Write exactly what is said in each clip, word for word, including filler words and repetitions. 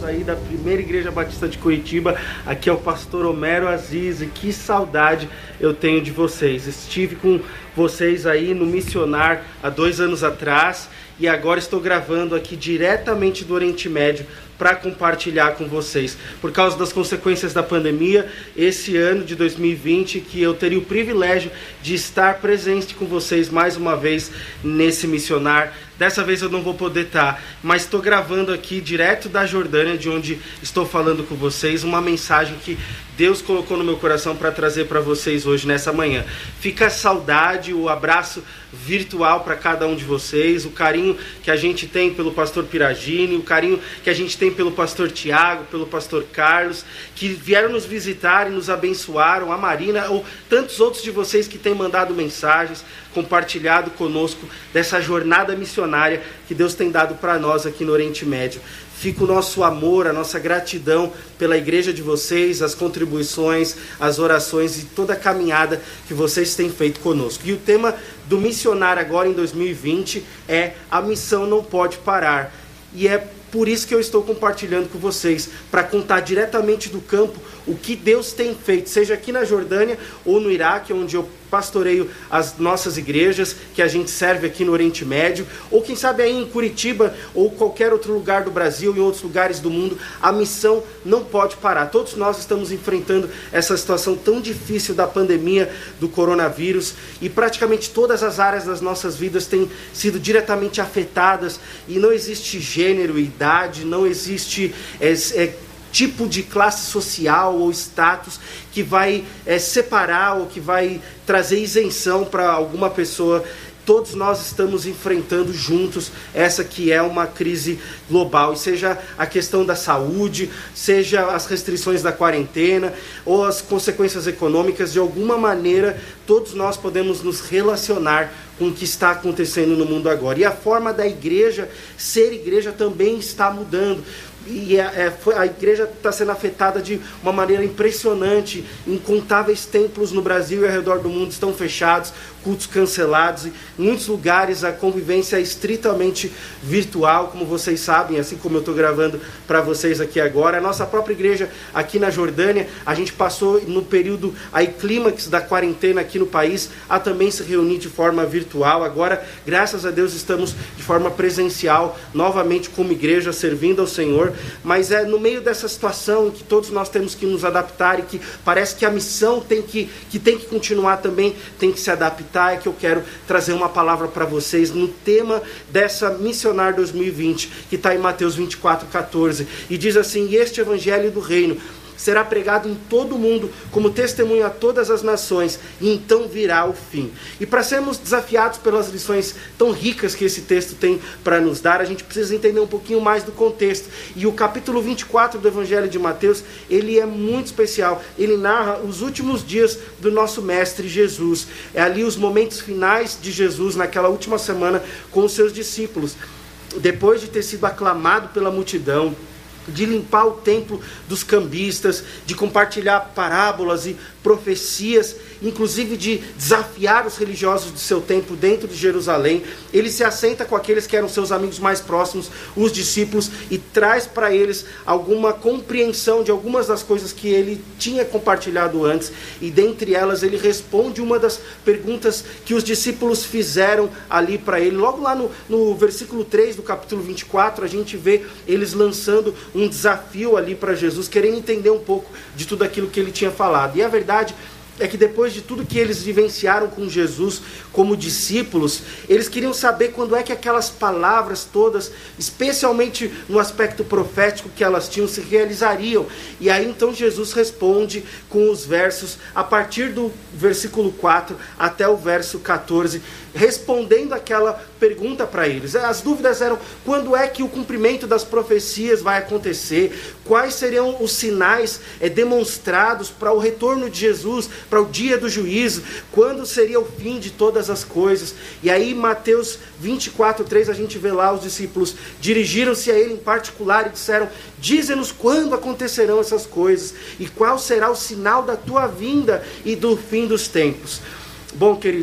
aí da Primeira Igreja Batista de Curitiba. Aqui é o pastor Homero Aziz e que saudade eu tenho de vocês. Estive com vocês aí no Missionar há dois anos atrás e agora estou gravando aqui diretamente do Oriente Médio para compartilhar com vocês. Por causa das consequências da pandemia, esse ano de dois mil e vinte, que eu teria o privilégio de estar presente com vocês mais uma vez nesse missionar. Dessa vez eu não vou poder estar, mas estou gravando aqui direto da Jordânia, de onde estou falando com vocês, uma mensagem que Deus colocou no meu coração para trazer para vocês hoje, nessa manhã. Fica a saudade, o abraço virtual para cada um de vocês, o carinho que a gente tem pelo pastor Piragini, o carinho que a gente tem pelo pastor Tiago, pelo pastor Carlos, que vieram nos visitar e nos abençoaram, a Marina, ou tantos outros de vocês que têm mandado mensagens, compartilhado conosco dessa jornada missionária que Deus tem dado para nós aqui no Oriente Médio. Fica o nosso amor, a nossa gratidão pela igreja de vocês, as contribuições, as orações e toda a caminhada que vocês têm feito conosco. E o tema do missionário agora em dois mil e vinte é A Missão Não Pode Parar. E é por isso que eu estou compartilhando com vocês, para contar diretamente do campo o que Deus tem feito, seja aqui na Jordânia ou no Iraque, onde eu pastoreio as nossas igrejas, que a gente serve aqui no Oriente Médio, ou quem sabe aí em Curitiba, ou qualquer outro lugar do Brasil, em outros lugares do mundo. A missão não pode parar. Todos nós estamos enfrentando essa situação tão difícil da pandemia do coronavírus, e praticamente todas as áreas das nossas vidas têm sido diretamente afetadas, e não existe gênero, idade, não existe é, é, tipo de classe social ou status que vai é, separar ou que vai trazer isenção para alguma pessoa. Todos nós estamos enfrentando juntos essa que é uma crise global, e seja a questão da saúde, seja as restrições da quarentena ou as consequências econômicas, de alguma maneira todos nós podemos nos relacionar com o que está acontecendo no mundo agora. E a forma da igreja ser igreja também está mudando. E a, é, a igreja está sendo afetada de uma maneira impressionante. Incontáveis templos no Brasil e ao redor do mundo estão fechados, cultos cancelados. E em muitos lugares a convivência é estritamente virtual, como vocês sabem, assim como eu estou gravando para vocês aqui agora. A nossa própria igreja aqui na Jordânia, a gente passou no período aí clímax da quarentena aqui no país a também se reunir de forma virtual. Agora, graças a Deus, estamos de forma presencial, novamente como igreja, servindo ao Senhor. Mas é no meio dessa situação em que todos nós temos que nos adaptar, e que parece que a missão tem que, que tem que continuar também, tem que se adaptar, é que eu quero trazer uma palavra para vocês no tema dessa Missionar dois mil e vinte, que está em Mateus vinte e quatro, quatorze, e diz assim: e este evangelho do reino será pregado em todo o mundo como testemunho a todas as nações, e então virá o fim. E para sermos desafiados pelas lições tão ricas que esse texto tem para nos dar, a gente precisa entender um pouquinho mais do contexto. E o capítulo vinte e quatro do Evangelho de Mateus, ele é muito especial. Ele narra os últimos dias do nosso Mestre Jesus. É ali os momentos finais de Jesus naquela última semana com os seus discípulos. Depois de ter sido aclamado pela multidão, de limpar o templo dos cambistas, de compartilhar parábolas e profecias, inclusive de desafiar os religiosos do seu tempo dentro de Jerusalém, ele se assenta com aqueles que eram seus amigos mais próximos, os discípulos, e traz para eles alguma compreensão de algumas das coisas que ele tinha compartilhado antes, e dentre elas ele responde uma das perguntas que os discípulos fizeram ali para ele. Logo lá no, no versículo três do capítulo vinte e quatro, a gente vê eles lançando um desafio ali para Jesus, querendo entender um pouco de tudo aquilo que ele tinha falado. E a verdade é que depois de tudo que eles vivenciaram com Jesus como discípulos, eles queriam saber quando é que aquelas palavras todas, especialmente no aspecto profético que elas tinham, se realizariam. E aí então Jesus responde com os versos, a partir do versículo quatro até o verso quatorze, respondendo aquela pergunta para eles. As dúvidas eram: quando é que o cumprimento das profecias vai acontecer? Quais seriam os sinais é, demonstrados para o retorno de Jesus, para o dia do juízo? Quando seria o fim de todas as coisas? E aí Mateus vinte e quatro, três, a gente vê lá os discípulos dirigiram-se a ele em particular e disseram: dize-nos quando acontecerão essas coisas, e qual será o sinal da tua vinda e do fim dos tempos. Bom, queridos,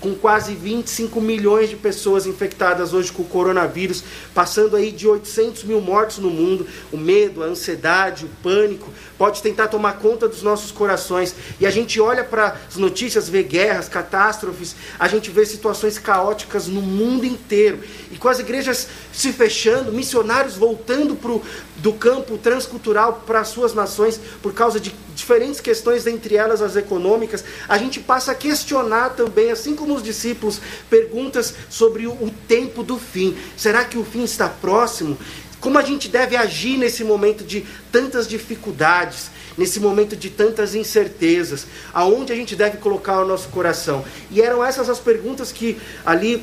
com quase vinte e cinco milhões de pessoas infectadas hoje com o coronavírus, passando aí de oitocentos mil mortos no mundo. O medo, a ansiedade, o pânico pode tentar tomar conta dos nossos corações, e a gente olha para as notícias, vê guerras, catástrofes, a gente vê situações caóticas no mundo inteiro, e com as igrejas se fechando, missionários voltando pro, do campo transcultural para as suas nações por causa de diferentes questões, entre elas as econômicas, a gente passa a questionar também, assim como os discípulos, perguntas sobre o, o tempo do fim. Será que o fim está próximo? Como a gente deve agir nesse momento de tantas dificuldades, nesse momento de tantas incertezas? Aonde a gente deve colocar o nosso coração? E eram essas as perguntas que ali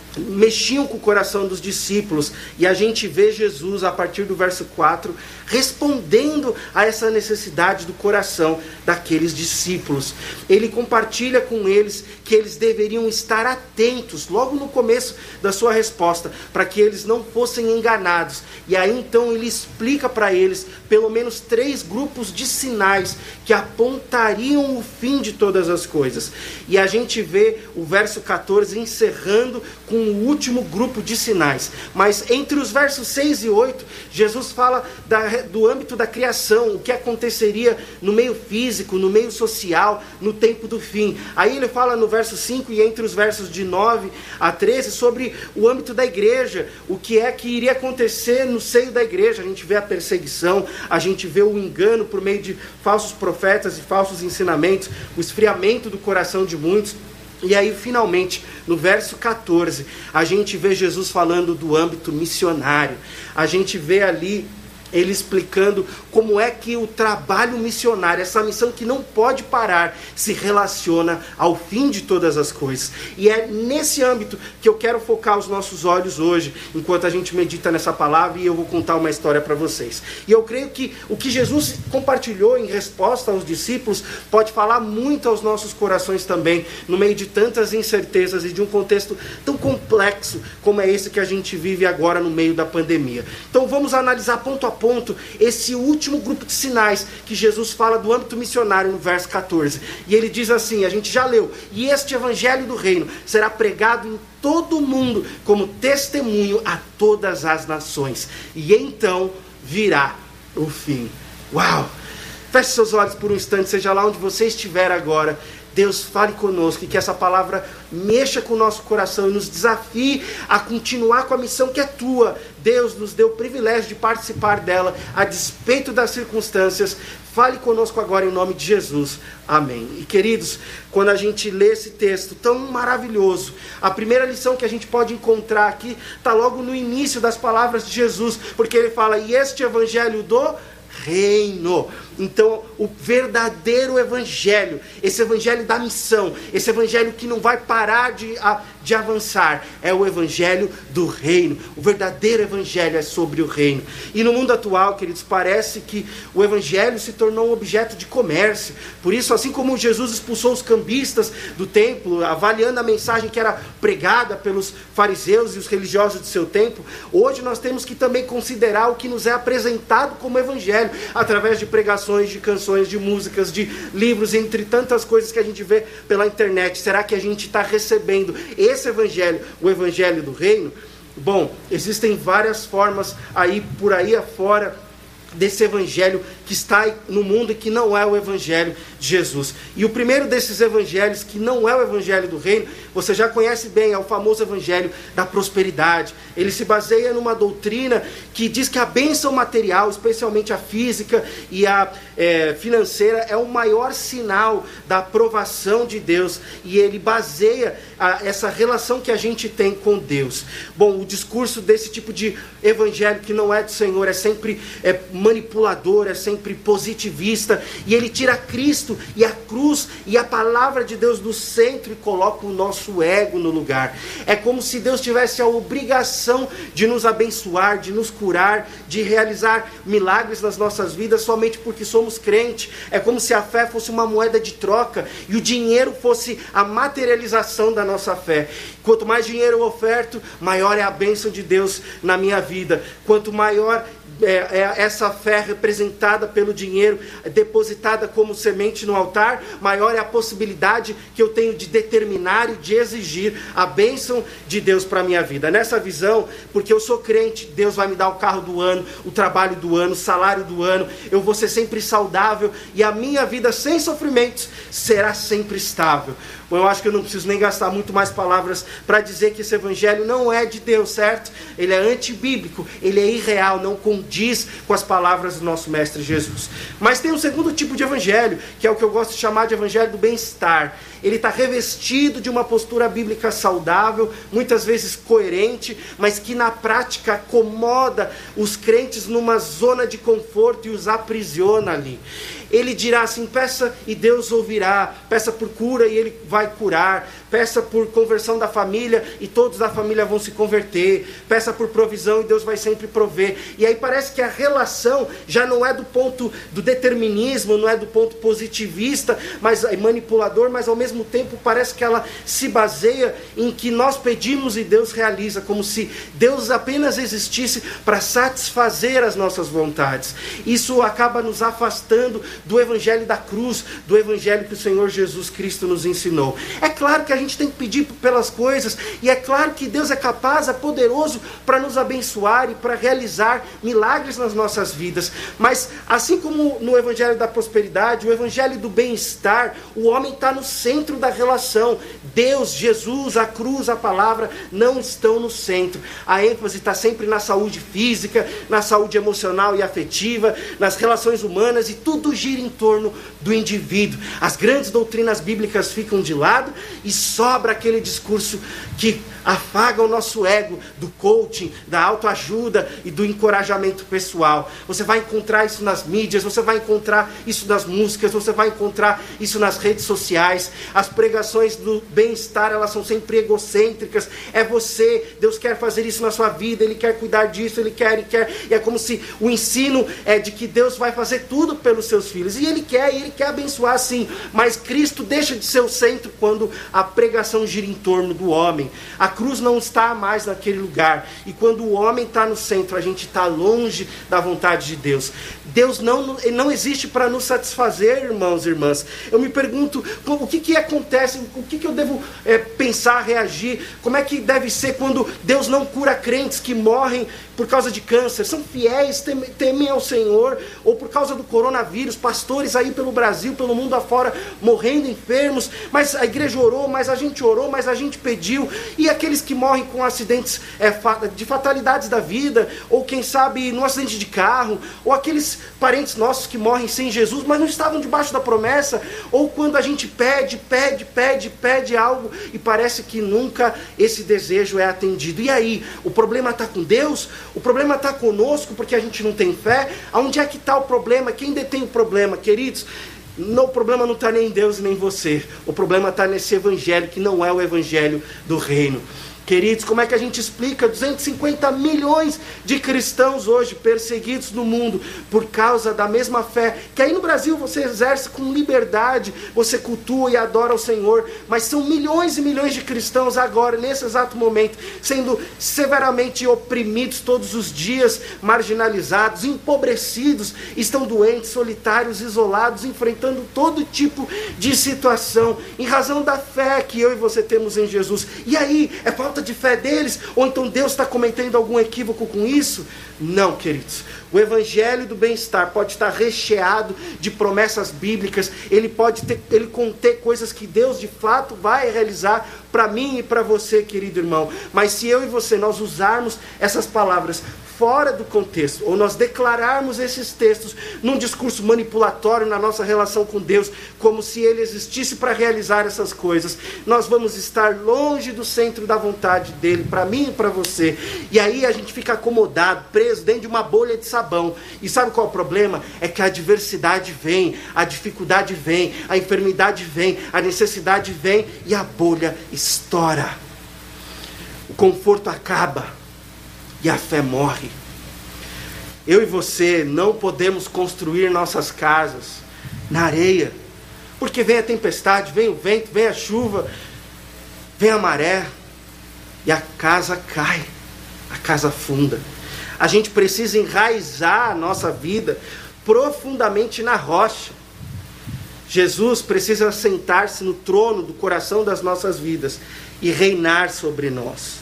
mexiam com o coração dos discípulos, e a gente vê Jesus a partir do verso quatro respondendo a essa necessidade do coração daqueles discípulos. Ele compartilha com eles que eles deveriam estar atentos logo no começo da sua resposta, para que eles não fossem enganados. E aí então ele explica para eles pelo menos três grupos de sinais que apontariam o fim de todas as coisas. E a gente vê o verso quatorze encerrando com o último grupo de sinais. Mas entre os versos seis e oito, Jesus fala da, do âmbito da criação, o que aconteceria no meio físico, no meio social, no tempo do fim. Aí ele fala no verso cinco e entre os versos de nove a treze sobre o âmbito da igreja, o que é que iria acontecer no seio da igreja. A gente vê a perseguição, a gente vê o engano por meio de falsos profetas e falsos ensinamentos, o esfriamento do coração de muitos. E aí, finalmente, no verso quatorze, a gente vê Jesus falando do âmbito missionário. A gente vê ali ele explicando como é que o trabalho missionário, essa missão que não pode parar, se relaciona ao fim de todas as coisas. E é nesse âmbito que eu quero focar os nossos olhos hoje, enquanto a gente medita nessa palavra, e eu vou contar uma história para vocês. E eu creio que o que Jesus compartilhou em resposta aos discípulos pode falar muito aos nossos corações também, no meio de tantas incertezas e de um contexto tão complexo como é esse que a gente vive agora no meio da pandemia. Então vamos analisar ponto a ponto ponto, esse último grupo de sinais que Jesus fala do âmbito missionário no verso quatorze. E ele diz assim, a gente já leu: e este evangelho do reino será pregado em todo o mundo como testemunho a todas as nações, e então virá o fim. Uau! Feche seus olhos por um instante, seja lá onde você estiver agora. Deus, fale conosco, e que essa palavra mexa com o nosso coração e nos desafie a continuar com a missão que é tua. Deus nos deu o privilégio de participar dela, a despeito das circunstâncias. Fale conosco agora em nome de Jesus. Amém. E queridos, quando a gente lê esse texto tão maravilhoso, a primeira lição que a gente pode encontrar aqui está logo no início das palavras de Jesus, porque ele fala: e este evangelho do reino. Então, o verdadeiro evangelho, esse evangelho da missão, esse evangelho que não vai parar de, a, de avançar, é o evangelho do reino. O verdadeiro evangelho é sobre o reino. E no mundo atual, queridos, parece que o evangelho se tornou um objeto de comércio. Por isso, assim como Jesus expulsou os cambistas do templo, avaliando a mensagem que era pregada pelos fariseus e os religiosos do seu tempo, hoje nós temos que também considerar o que nos é apresentado como evangelho, através de pregações, de canções, de músicas, de livros, entre tantas coisas que a gente vê pela internet. Será que a gente está recebendo esse evangelho, o evangelho do reino? Bom, existem várias formas aí, por aí afora, desse evangelho que está no mundo e que não é o evangelho de Jesus. E o primeiro desses evangelhos que não é o evangelho do reino, você já conhece bem, é o famoso evangelho da prosperidade. Ele se baseia numa doutrina que diz que a bênção material, especialmente a física e a é, financeira, é o maior sinal da aprovação de Deus, e ele baseia a, essa relação que a gente tem com Deus. Bom, o discurso desse tipo de evangelho que não é do Senhor é sempre é, manipulador, é sempre positivista, e ele tira Cristo e a cruz e a palavra de Deus do centro e coloca o nosso ego no lugar. É como se Deus tivesse a obrigação de nos abençoar, de nos curar, de realizar milagres nas nossas vidas somente porque somos crentes. É como se a fé fosse uma moeda de troca e o dinheiro fosse a materialização da nossa fé. Quanto mais dinheiro eu oferto, maior é a bênção de Deus na minha vida. Quanto maior é, é essa fé representada pelo dinheiro, depositada como semente no altar, maior é a possibilidade que eu tenho de determinar e de exigir a bênção de Deus para a minha vida. Nessa visão, porque eu sou crente, Deus vai me dar o carro do ano, o trabalho do ano, o salário do ano, eu vou ser sempre saudável e a minha vida sem sofrimentos será sempre estável. Bom, eu acho que eu não preciso nem gastar muito mais palavras para dizer que esse evangelho não é de Deus, certo? Ele é antibíblico, ele é irreal, não condiz com as palavras do nosso Mestre Jesus. Mas tem um segundo tipo de evangelho, que é o que eu gosto de chamar de evangelho do bem-estar. Ele está revestido de uma postura bíblica saudável, muitas vezes coerente, mas que na prática acomoda os crentes numa zona de conforto e os aprisiona ali. Ele dirá assim, peça e Deus ouvirá, peça por cura e Ele vai curar, peça por conversão da família e todos da família vão se converter, peça por provisão e Deus vai sempre prover. E aí parece que a relação já não é do ponto do determinismo, não é do ponto positivista, mas manipulador, mas ao mesmo tempo parece que ela se baseia em que nós pedimos e Deus realiza, como se Deus apenas existisse para satisfazer as nossas vontades. Isso acaba nos afastando do evangelho da cruz, do evangelho que o Senhor Jesus Cristo nos ensinou. É claro que a gente tem que pedir pelas coisas, e é claro que Deus é capaz, é poderoso para nos abençoar e para realizar milagres nas nossas vidas, mas assim como no evangelho da prosperidade, o evangelho do bem-estar, o homem está no centro da relação. Deus, Jesus, a cruz, a palavra não estão no centro. A ênfase está sempre na saúde física, na saúde emocional e afetiva, nas relações humanas, e tudo gira em torno do indivíduo. As grandes doutrinas bíblicas ficam de lado e sobra aquele discurso que afaga o nosso ego, do coaching, da autoajuda e do encorajamento pessoal. Você vai encontrar isso nas mídias, você vai encontrar isso nas músicas, você vai encontrar isso nas redes sociais. As pregações do bem-estar, elas são sempre egocêntricas. É você, Deus quer fazer isso na sua vida, Ele quer cuidar disso, Ele quer, Ele quer. E é como se o ensino é de que Deus vai fazer tudo pelos seus filhos. E Ele quer, e Ele quer abençoar sim. Mas Cristo deixa de ser o centro quando a pregação gira em torno do homem. A cruz não está mais naquele lugar. E quando o homem está no centro, a gente está longe da vontade de Deus. Deus não, não existe para nos satisfazer, irmãos e irmãs. Eu me pergunto, o que, que acontece, o que, que eu devo é, pensar, reagir, como é que deve ser quando Deus não cura crentes que morrem por causa de câncer, são fiéis, temem, temem ao Senhor, ou por causa do coronavírus, pastores aí pelo Brasil, pelo mundo afora, morrendo enfermos, mas a igreja orou, mas a gente orou, mas a gente pediu, e aqueles que morrem com acidentes é, de fatalidades da vida, ou quem sabe num acidente de carro, ou aqueles parentes nossos que morrem sem Jesus, mas não estavam debaixo da promessa, ou quando a gente pede, pede, pede, pede algo, e parece que nunca esse desejo é atendido. E aí, o problema está com Deus? O problema está conosco porque a gente não tem fé? Aonde é que está o problema? Quem detém o problema, queridos? Não, o problema não está nem em Deus nem em você. O problema está nesse evangelho que não é o evangelho do reino. Queridos, como é que a gente explica duzentos e cinquenta milhões de cristãos hoje perseguidos no mundo por causa da mesma fé que aí no Brasil você exerce com liberdade, você cultua e adora o Senhor, mas são milhões e milhões de cristãos agora, nesse exato momento, sendo severamente oprimidos todos os dias, marginalizados, empobrecidos, estão doentes, solitários, isolados, enfrentando todo tipo de situação em razão da fé que eu e você temos em Jesus. E aí, é falta de fé deles? Ou então Deus está cometendo algum equívoco com isso? Não, queridos. O evangelho do bem-estar pode estar recheado de promessas bíblicas, ele pode ter, ele conter coisas que Deus de fato vai realizar para mim e para você, querido irmão. Mas se eu e você, nós usarmos essas palavras fora do contexto, ou nós declararmos esses textos num discurso manipulatório na nossa relação com Deus, como se Ele existisse para realizar essas coisas, nós vamos estar longe do centro da vontade dEle, para mim e para você. E aí a gente fica acomodado, preso dentro de uma bolha de sabão. E sabe qual é o problema? É que a adversidade vem, a dificuldade vem, a enfermidade vem, a necessidade vem e a bolha estoura. O conforto acaba e a fé morre. Eu e você não podemos construir nossas casas na areia, porque vem a tempestade, vem o vento, vem a chuva, vem a maré, e a casa cai, a casa afunda. A gente precisa enraizar a nossa vida profundamente na rocha. Jesus precisa sentar-se no trono do coração das nossas vidas e reinar sobre nós.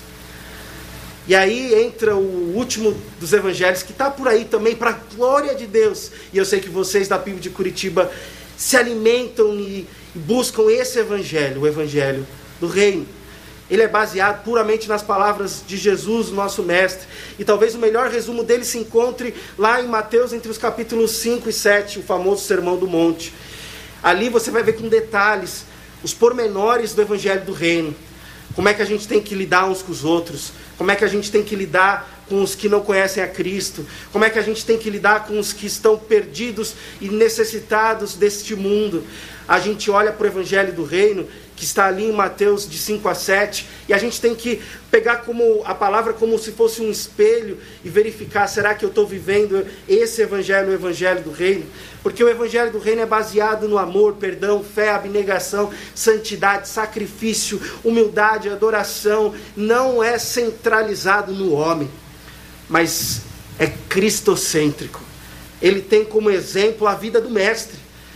E aí entra o último dos evangelhos, que está por aí também, para a glória de Deus. E eu sei que vocês da P I B de Curitiba se alimentam e buscam esse evangelho, o evangelho do reino. Ele é baseado puramente nas palavras de Jesus, nosso mestre. E talvez o melhor resumo dele se encontre lá em Mateus, entre os capítulos cinco e sete, o famoso Sermão do Monte. Ali você vai ver com detalhes os pormenores do evangelho do reino. Como é que a gente tem que lidar uns com os outros. Como é que a gente tem que lidar com os que não conhecem a Cristo. Como é que a gente tem que lidar com os que estão perdidos e necessitados deste mundo. A gente olha para o evangelho do reino, que está ali em Mateus de cinco a sete, e a gente tem que pegar como a palavra como se fosse um espelho e verificar, será que eu estou vivendo esse evangelho, o evangelho do reino? Porque o evangelho do reino é baseado no amor, perdão, fé, abnegação, santidade, sacrifício, humildade, adoração. Não é centralizado no homem, mas é cristocêntrico. Ele tem como exemplo a vida do mestre,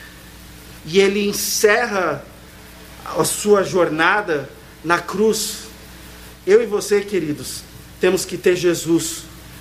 e ele encerra a sua jornada na cruz. Eu e você, queridos, temos que ter Jesus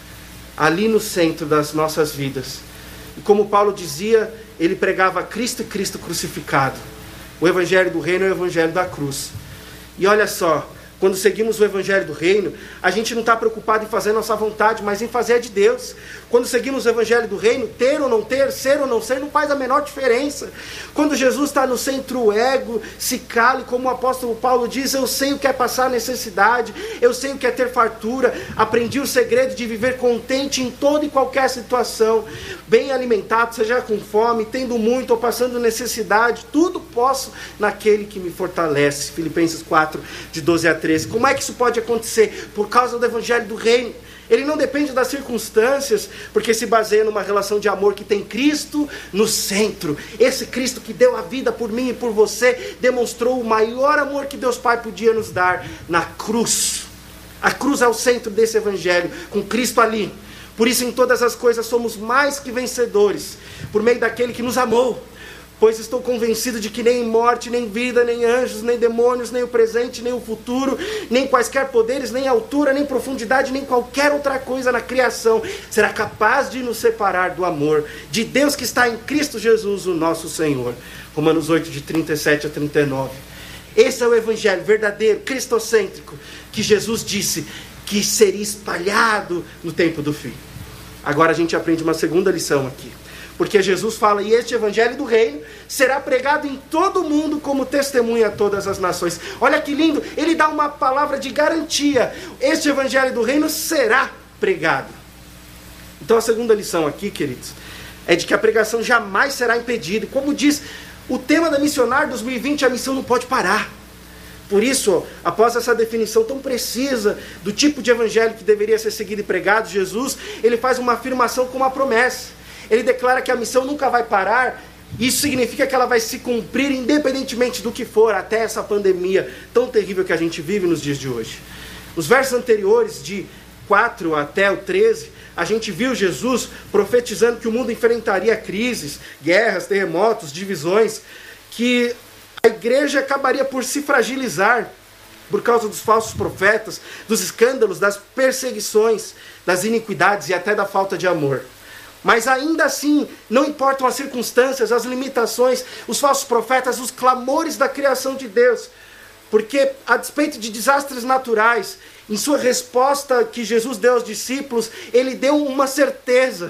ali no centro das nossas vidas. E como Paulo dizia, ele pregava Cristo e Cristo crucificado. O evangelho do reino é o evangelho da cruz. E olha só, quando seguimos o evangelho do reino, a gente não está preocupado em fazer a nossa vontade, mas em fazer a de Deus. Quando seguimos o evangelho do reino, ter ou não ter, ser ou não ser, não faz a menor diferença. Quando Jesus está no centro, o ego se cala, como o apóstolo Paulo diz, eu sei o que é passar necessidade, eu sei o que é ter fartura, aprendi o segredo de viver contente em toda e qualquer situação, bem alimentado, seja com fome, tendo muito ou passando necessidade, tudo posso naquele que me fortalece. Filipenses quatro, de doze a treze. Como é que isso pode acontecer? Por causa do evangelho do reino. Ele não depende das circunstâncias, porque se baseia numa relação de amor que tem Cristo no centro. Esse Cristo que deu a vida por mim e por você, demonstrou o maior amor que Deus Pai podia nos dar na cruz. A cruz é o centro desse evangelho, com Cristo ali. Por isso, em todas as coisas, somos mais que vencedores, por meio daquele que nos amou. Pois estou convencido de que nem morte, nem vida, nem anjos, nem demônios, nem o presente, nem o futuro, nem quaisquer poderes, nem altura, nem profundidade, nem qualquer outra coisa na criação será capaz de nos separar do amor de Deus que está em Cristo Jesus, o nosso Senhor. Romanos oito, de trinta e sete a trinta e nove. Esse é o evangelho verdadeiro, cristocêntrico, que Jesus disse que seria espalhado no tempo do fim. Agora a gente aprende uma segunda lição aqui. Porque Jesus fala, e este evangelho do reino será pregado em todo o mundo como testemunha a todas as nações. Olha que lindo, ele dá uma palavra de garantia. Este evangelho do reino será pregado. Então a segunda lição aqui, queridos, é de que a pregação jamais será impedida. Como diz o tema da Missionária dois mil e vinte, a missão não pode parar. Por isso, após essa definição tão precisa do tipo de evangelho que deveria ser seguido e pregado, Jesus, ele faz uma afirmação com uma promessa. Ele declara que a missão nunca vai parar. Isso significa que ela vai se cumprir independentemente do que for, até essa pandemia tão terrível que a gente vive nos dias de hoje. Nos versos anteriores, de quatro até o treze, a gente viu Jesus profetizando que o mundo enfrentaria crises, guerras, terremotos, divisões, que a igreja acabaria por se fragilizar por causa dos falsos profetas, dos escândalos, das perseguições, das iniquidades e até da falta de amor. Mas ainda assim, não importam as circunstâncias, as limitações, os falsos profetas, os clamores da criação de Deus. Porque, a despeito de desastres naturais, em sua resposta que Jesus deu aos discípulos, ele deu uma certeza,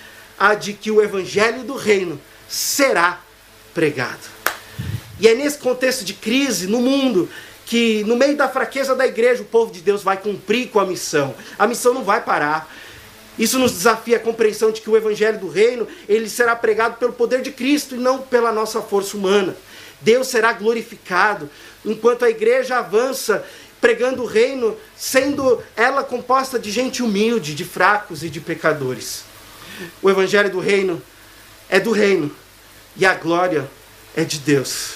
a de que o evangelho do reino será pregado. E é nesse contexto de crise no mundo, que no meio da fraqueza da igreja, o povo de Deus vai cumprir com a missão. A missão não vai parar. Isso nos desafia a compreensão de que o evangelho do reino, ele será pregado pelo poder de Cristo e não pela nossa força humana. Deus será glorificado enquanto a igreja avança pregando o reino, sendo ela composta de gente humilde, de fracos e de pecadores. O evangelho do reino é do reino e a glória é de Deus.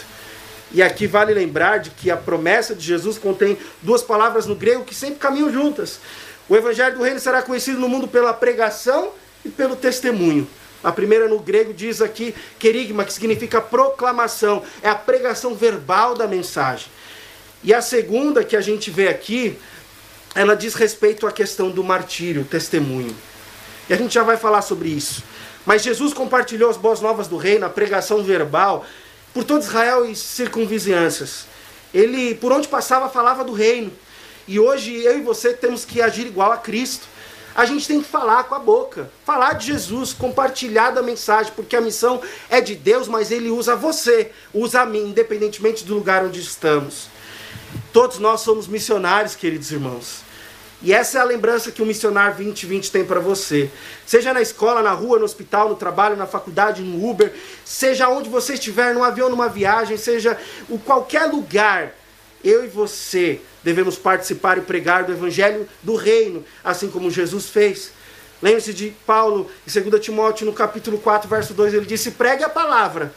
E aqui vale lembrar de que a promessa de Jesus contém duas palavras no grego que sempre caminham juntas. O evangelho do reino será conhecido no mundo pela pregação e pelo testemunho. A primeira no grego diz aqui querigma, que significa proclamação. É a pregação verbal da mensagem. E a segunda que a gente vê aqui, ela diz respeito à questão do martírio, testemunho. E a gente já vai falar sobre isso. Mas Jesus compartilhou as boas novas do reino, a pregação verbal, por todo Israel e circunvizinhanças. Ele, por onde passava, falava do reino. E hoje eu e você temos que agir igual a Cristo. A gente tem que falar com a boca, falar de Jesus, compartilhar da mensagem, porque a missão é de Deus, mas Ele usa você, usa a mim, independentemente do lugar onde estamos. Todos nós somos missionários, queridos irmãos. E essa é a lembrança que o Missionário vinte vinte tem para você. Seja na escola, na rua, no hospital, no trabalho, na faculdade, no Uber, seja onde você estiver, num avião, numa viagem, seja em qualquer lugar, eu e você devemos participar e pregar do Evangelho do Reino, assim como Jesus fez. Lembre-se de Paulo, em dois Timóteo, no capítulo quatro, verso dois, ele disse: pregue a palavra,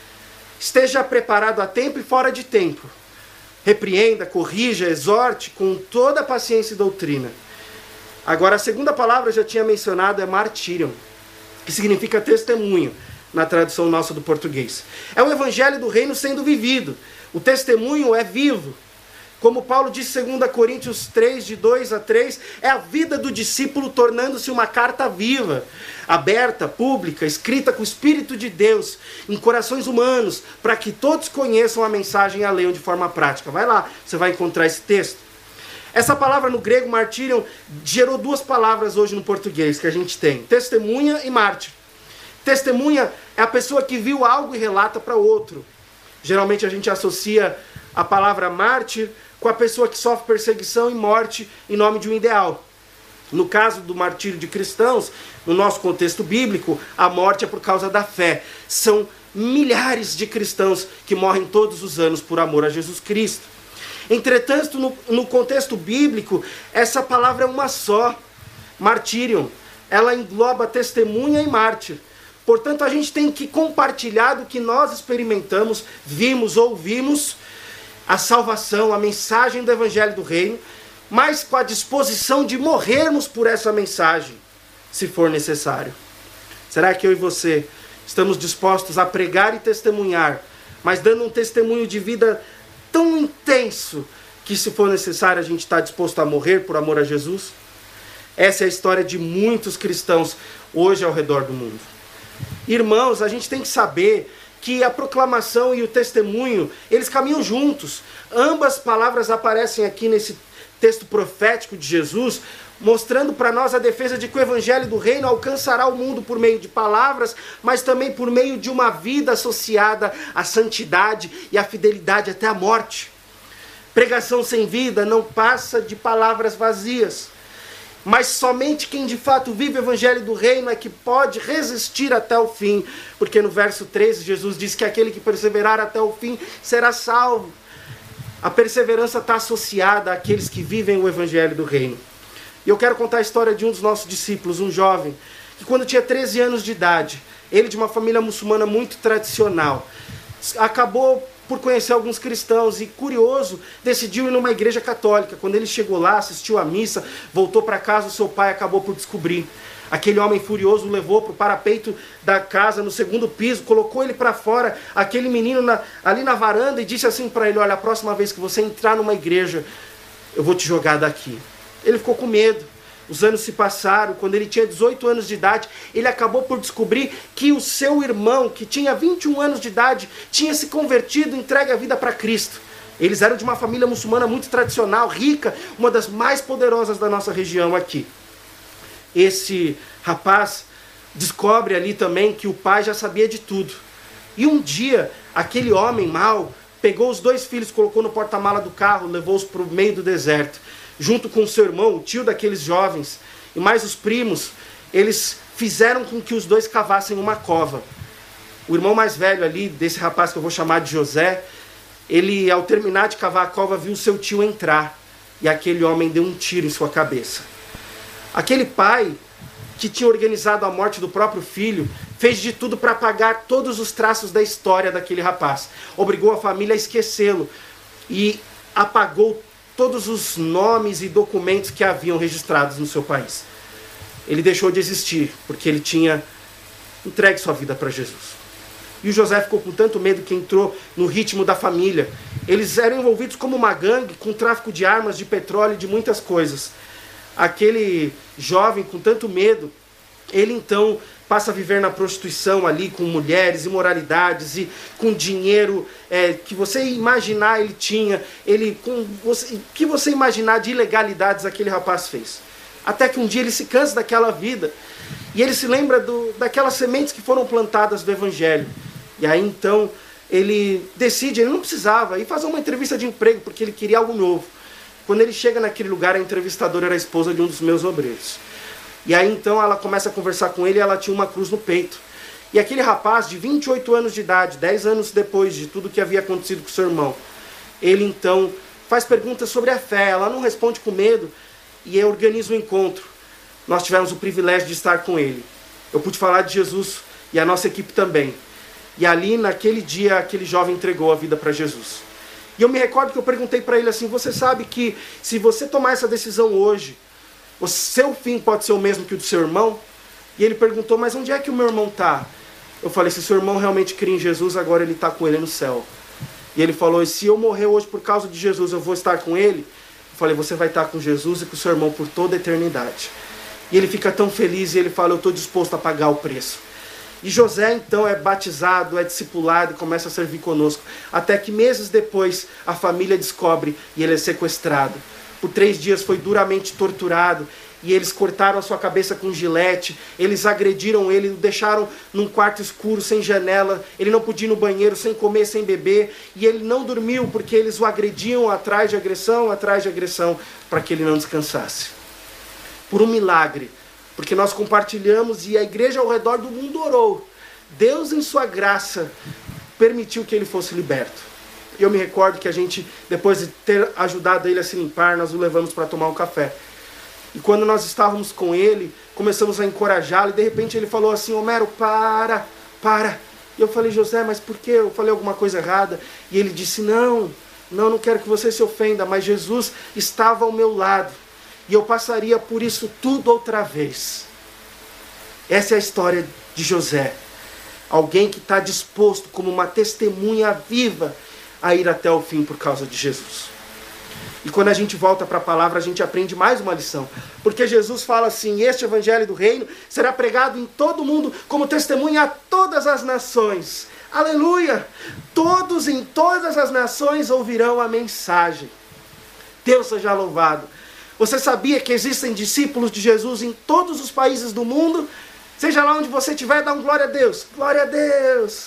esteja preparado a tempo e fora de tempo. Repreenda, corrija, exorte com toda a paciência e doutrina. Agora, a segunda palavra, eu já tinha mencionado, é martírio, que significa testemunho, na tradução nossa do português. É o Evangelho do Reino sendo vivido. O testemunho é vivo. Como Paulo disse em dois Coríntios três, de dois a três, é a vida do discípulo tornando-se uma carta viva, aberta, pública, escrita com o Espírito de Deus, em corações humanos, para que todos conheçam a mensagem e a leiam de forma prática. Vai lá, você vai encontrar esse texto. Essa palavra no grego, martírio, gerou duas palavras hoje no português que a gente tem: testemunha e mártir. Testemunha é a pessoa que viu algo e relata para outro. Geralmente a gente associa a palavra mártir com a pessoa que sofre perseguição e morte em nome de um ideal. No caso do martírio de cristãos, no nosso contexto bíblico, a morte é por causa da fé. São milhares de cristãos que morrem todos os anos por amor a Jesus Cristo. Entretanto, no, no contexto bíblico, essa palavra é uma só, martírio. Ela engloba testemunha e mártir. Portanto, a gente tem que compartilhar do que nós experimentamos, vimos, ouvimos, a salvação, a mensagem do Evangelho do Reino, mas com a disposição de morrermos por essa mensagem, se for necessário. Será que eu e você estamos dispostos a pregar e testemunhar, mas dando um testemunho de vida tão intenso que, se for necessário, a gente está disposto a morrer por amor a Jesus? Essa é a história de muitos cristãos hoje ao redor do mundo. Irmãos, a gente tem que saber que a proclamação e o testemunho, eles caminham juntos. Ambas palavras aparecem aqui nesse texto profético de Jesus, mostrando para nós a defesa de que o Evangelho do Reino alcançará o mundo por meio de palavras, mas também por meio de uma vida associada à santidade e à fidelidade até a morte. Pregação sem vida não passa de palavras vazias. Mas somente quem de fato vive o Evangelho do Reino é que pode resistir até o fim. Porque no verso treze, Jesus diz que aquele que perseverar até o fim será salvo. A perseverança está associada àqueles que vivem o Evangelho do Reino. E eu quero contar a história de um dos nossos discípulos, um jovem, que quando tinha treze anos de idade, ele de uma família muçulmana muito tradicional, acabou por conhecer alguns cristãos e, curioso, decidiu ir numa igreja católica. Quando ele chegou lá, assistiu à missa, voltou para casa, o seu pai acabou por descobrir. Aquele homem furioso o levou para o parapeito da casa, no segundo piso, colocou ele para fora, aquele menino na, ali na varanda, e disse assim para ele: olha, a próxima vez que você entrar numa igreja, eu vou te jogar daqui. Ele ficou com medo. Os anos se passaram. Quando ele tinha dezoito anos de idade, ele acabou por descobrir que o seu irmão, que tinha vinte e um anos de idade, tinha se convertido e entregue a vida para Cristo. Eles eram de uma família muçulmana muito tradicional, rica, uma das mais poderosas da nossa região aqui. Esse rapaz descobre ali também que o pai já sabia de tudo. E um dia, aquele homem mau pegou os dois filhos, colocou no porta-mala do carro, levou-os para o meio do deserto. Junto com o seu irmão, o tio daqueles jovens, e mais os primos, eles fizeram com que os dois cavassem uma cova. O irmão mais velho ali, desse rapaz que eu vou chamar de José, ele, ao terminar de cavar a cova, viu seu tio entrar, e aquele homem deu um tiro em sua cabeça. Aquele pai, que tinha organizado a morte do próprio filho, fez de tudo para apagar todos os traços da história daquele rapaz. Obrigou a família a esquecê-lo, e apagou todos os nomes e documentos que haviam registrados no seu país. Ele deixou de existir, porque ele tinha entregue sua vida para Jesus. E o José ficou com tanto medo que entrou no ritmo da família. Eles eram envolvidos como uma gangue, com tráfico de armas, de petróleo e de muitas coisas. Aquele jovem com tanto medo, ele então passa a viver na prostituição ali, com mulheres, imoralidades e com dinheiro é, que você imaginar ele tinha, ele, com você, que você imaginar de ilegalidades aquele rapaz fez. Até que um dia ele se cansa daquela vida e ele se lembra do, daquelas sementes que foram plantadas do Evangelho. E aí então ele decide, ele não precisava ir fazer uma entrevista de emprego porque ele queria algo novo. Quando ele chega naquele lugar, a entrevistadora era a esposa de um dos meus obreiros. E aí então ela começa a conversar com ele e ela tinha uma cruz no peito. E aquele rapaz de vinte e oito anos de idade, dez anos depois de tudo que havia acontecido com seu irmão, ele então faz perguntas sobre a fé, ela não responde com medo e organiza um encontro. Nós tivemos o privilégio de estar com ele. Eu pude falar de Jesus e a nossa equipe também. E ali naquele dia aquele jovem entregou a vida para Jesus. E eu me recordo que eu perguntei para ele assim, você sabe que se você tomar essa decisão hoje, o seu fim pode ser o mesmo que o do seu irmão? E ele perguntou, mas onde é que o meu irmão está? Eu falei, se seu irmão realmente cria em Jesus, agora ele está com ele no céu. E ele falou, e se eu morrer hoje por causa de Jesus, eu vou estar com ele? Eu falei, você vai estar com Jesus e com seu irmão por toda a eternidade. E ele fica tão feliz e ele fala, eu estou disposto a pagar o preço. E José então é batizado, é discipulado e começa a servir conosco. Até que meses depois a família descobre e ele é sequestrado. Por três dias foi duramente torturado e eles cortaram a sua cabeça com gilete, eles agrediram ele, o deixaram num quarto escuro, sem janela, ele não podia ir no banheiro, sem comer, sem beber, e ele não dormiu porque eles o agrediam atrás de agressão, atrás de agressão, para que ele não descansasse. Por um milagre, porque nós compartilhamos e a igreja ao redor do mundo orou, Deus em sua graça permitiu que ele fosse liberto. E eu me recordo que a gente, depois de ter ajudado ele a se limpar, nós o levamos para tomar um café. E quando nós estávamos com ele, começamos a encorajá-lo, e de repente ele falou assim, Homero, para, para. E eu falei, José, mas por quê? Eu falei alguma coisa errada. E ele disse, não, não, não quero que você se ofenda, mas Jesus estava ao meu lado. E eu passaria por isso tudo outra vez. Essa é a história de José. Alguém que está disposto, como uma testemunha viva, a ir até o fim por causa de Jesus. E quando a gente volta para a palavra, a gente aprende mais uma lição. Porque Jesus fala assim, este evangelho do reino será pregado em todo o mundo como testemunha a todas as nações. Aleluia! Todos em todas as nações ouvirão a mensagem. Deus seja louvado. Você sabia que existem discípulos de Jesus em todos os países do mundo? Seja lá onde você estiver, dá um glória a Deus. Glória a Deus!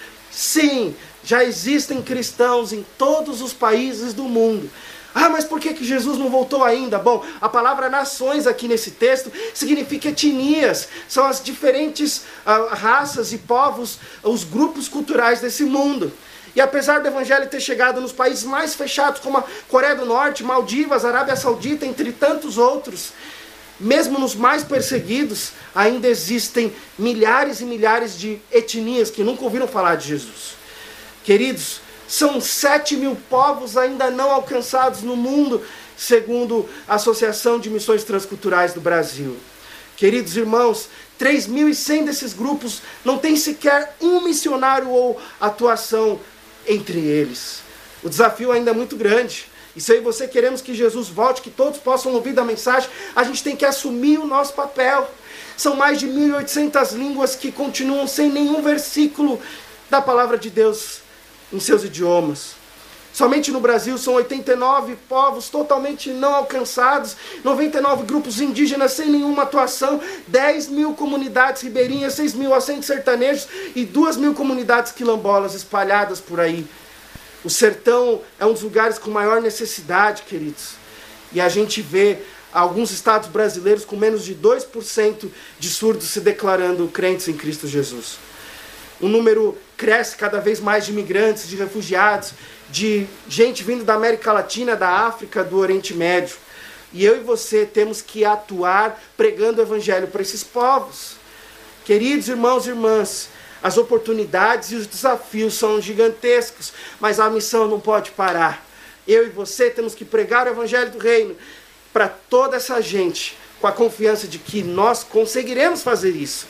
Sim, já existem cristãos em todos os países do mundo. Ah, mas por que que Jesus não voltou ainda? Bom, a palavra nações aqui nesse texto significa etnias. São as diferentes uh, raças e povos, os grupos culturais desse mundo. E apesar do evangelho ter chegado nos países mais fechados, como a Coreia do Norte, Maldivas, Arábia Saudita, entre tantos outros, mesmo nos mais perseguidos, ainda existem milhares e milhares de etnias que nunca ouviram falar de Jesus. Queridos, são sete mil povos ainda não alcançados no mundo, segundo a Associação de Missões Transculturais do Brasil. Queridos irmãos, três mil e cem desses grupos não tem sequer um missionário ou atuação entre eles. O desafio ainda é muito grande. E se eu e você queremos que Jesus volte, que todos possam ouvir da mensagem, a gente tem que assumir o nosso papel. São mais de mil e oitocentas línguas que continuam sem nenhum versículo da palavra de Deus em seus idiomas. Somente no Brasil são oitenta e nove povos totalmente não alcançados, noventa e nove grupos indígenas sem nenhuma atuação, dez mil comunidades ribeirinhas, seis mil assentos sertanejos e duas mil comunidades quilombolas espalhadas por aí. O sertão é um dos lugares com maior necessidade, queridos. E a gente vê alguns estados brasileiros com menos de dois por cento de surdos se declarando crentes em Cristo Jesus. O número cresce cada vez mais de imigrantes, de refugiados, de gente vindo da América Latina, da África, do Oriente Médio. E eu e você temos que atuar pregando o evangelho para esses povos. Queridos irmãos e irmãs, as oportunidades e os desafios são gigantescos, mas a missão não pode parar. Eu e você temos que pregar o evangelho do reino para toda essa gente, com a confiança de que nós conseguiremos fazer isso.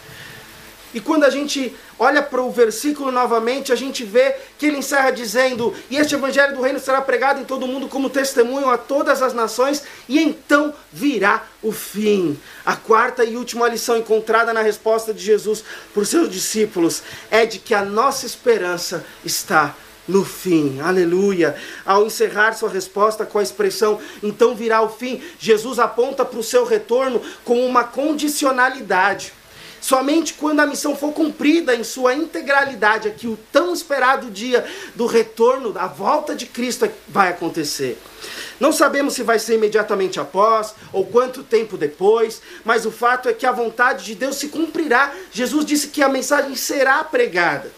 E quando a gente olha para o versículo novamente, a gente vê que ele encerra dizendo: e este evangelho do reino será pregado em todo o mundo como testemunho a todas as nações, e então virá o fim. A quarta e última lição encontrada na resposta de Jesus para os seus discípulos é de que a nossa esperança está no fim. Aleluia. Ao encerrar sua resposta com a expressão então virá o fim, Jesus aponta para o seu retorno com uma condicionalidade. Somente quando a missão for cumprida em sua integralidade, aqui o tão esperado dia do retorno, da volta de Cristo vai acontecer. Não sabemos se vai ser imediatamente após, ou quanto tempo depois, mas o fato é que a vontade de Deus se cumprirá. Jesus disse que a mensagem será pregada.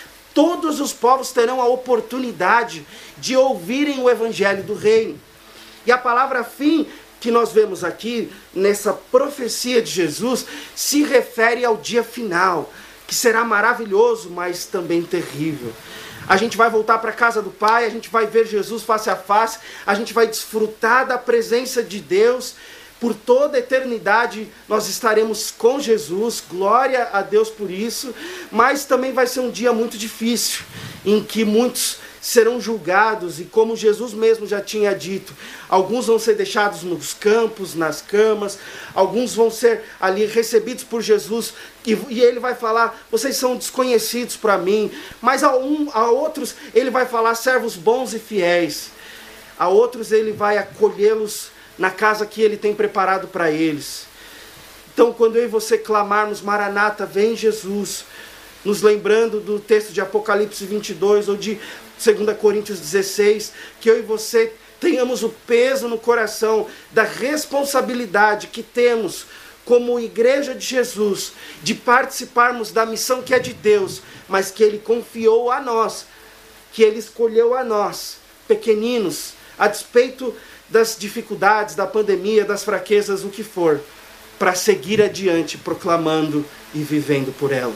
Todos os povos terão a oportunidade de ouvirem o evangelho do reino. E a palavra fim que nós vemos aqui, nessa profecia de Jesus, se refere ao dia final, que será maravilhoso, mas também terrível. A gente vai voltar para a casa do Pai, a gente vai ver Jesus face a face, a gente vai desfrutar da presença de Deus. Por toda a eternidade nós estaremos com Jesus, glória a Deus por isso, mas também vai ser um dia muito difícil, em que muitos serão julgados, e como Jesus mesmo já tinha dito, alguns vão ser deixados nos campos, nas camas, alguns vão ser ali recebidos por Jesus, e, e ele vai falar: vocês são desconhecidos para mim, mas a, um, a outros ele vai falar: servos bons e fiéis, a outros ele vai acolhê-los na casa que ele tem preparado para eles. Então, quando eu e você clamarmos Maranata, vem Jesus, nos lembrando do texto de Apocalipse vinte e dois, ou de dois Coríntios dezesseis, que eu e você tenhamos o peso no coração da responsabilidade que temos como igreja de Jesus, de participarmos da missão que é de Deus, mas que Ele confiou a nós, que Ele escolheu a nós, pequeninos, a despeito das dificuldades, da pandemia, das fraquezas, o que for, para seguir adiante, proclamando e vivendo por ela.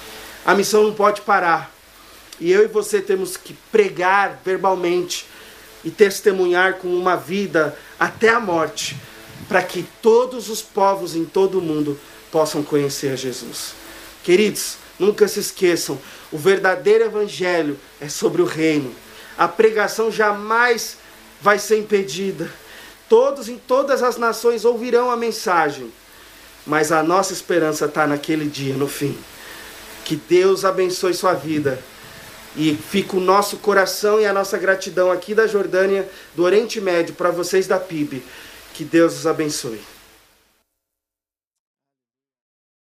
A missão não pode parar. E eu e você temos que pregar verbalmente e testemunhar com uma vida até a morte, para que todos os povos em todo o mundo possam conhecer Jesus. Queridos, nunca se esqueçam, o verdadeiro evangelho é sobre o reino. A pregação jamais vai ser impedida. Todos em todas as nações ouvirão a mensagem, mas a nossa esperança está naquele dia, no fim. Que Deus abençoe sua vida. E fica o nosso coração e a nossa gratidão aqui da Jordânia, do Oriente Médio, para vocês da P I B. Que Deus os abençoe.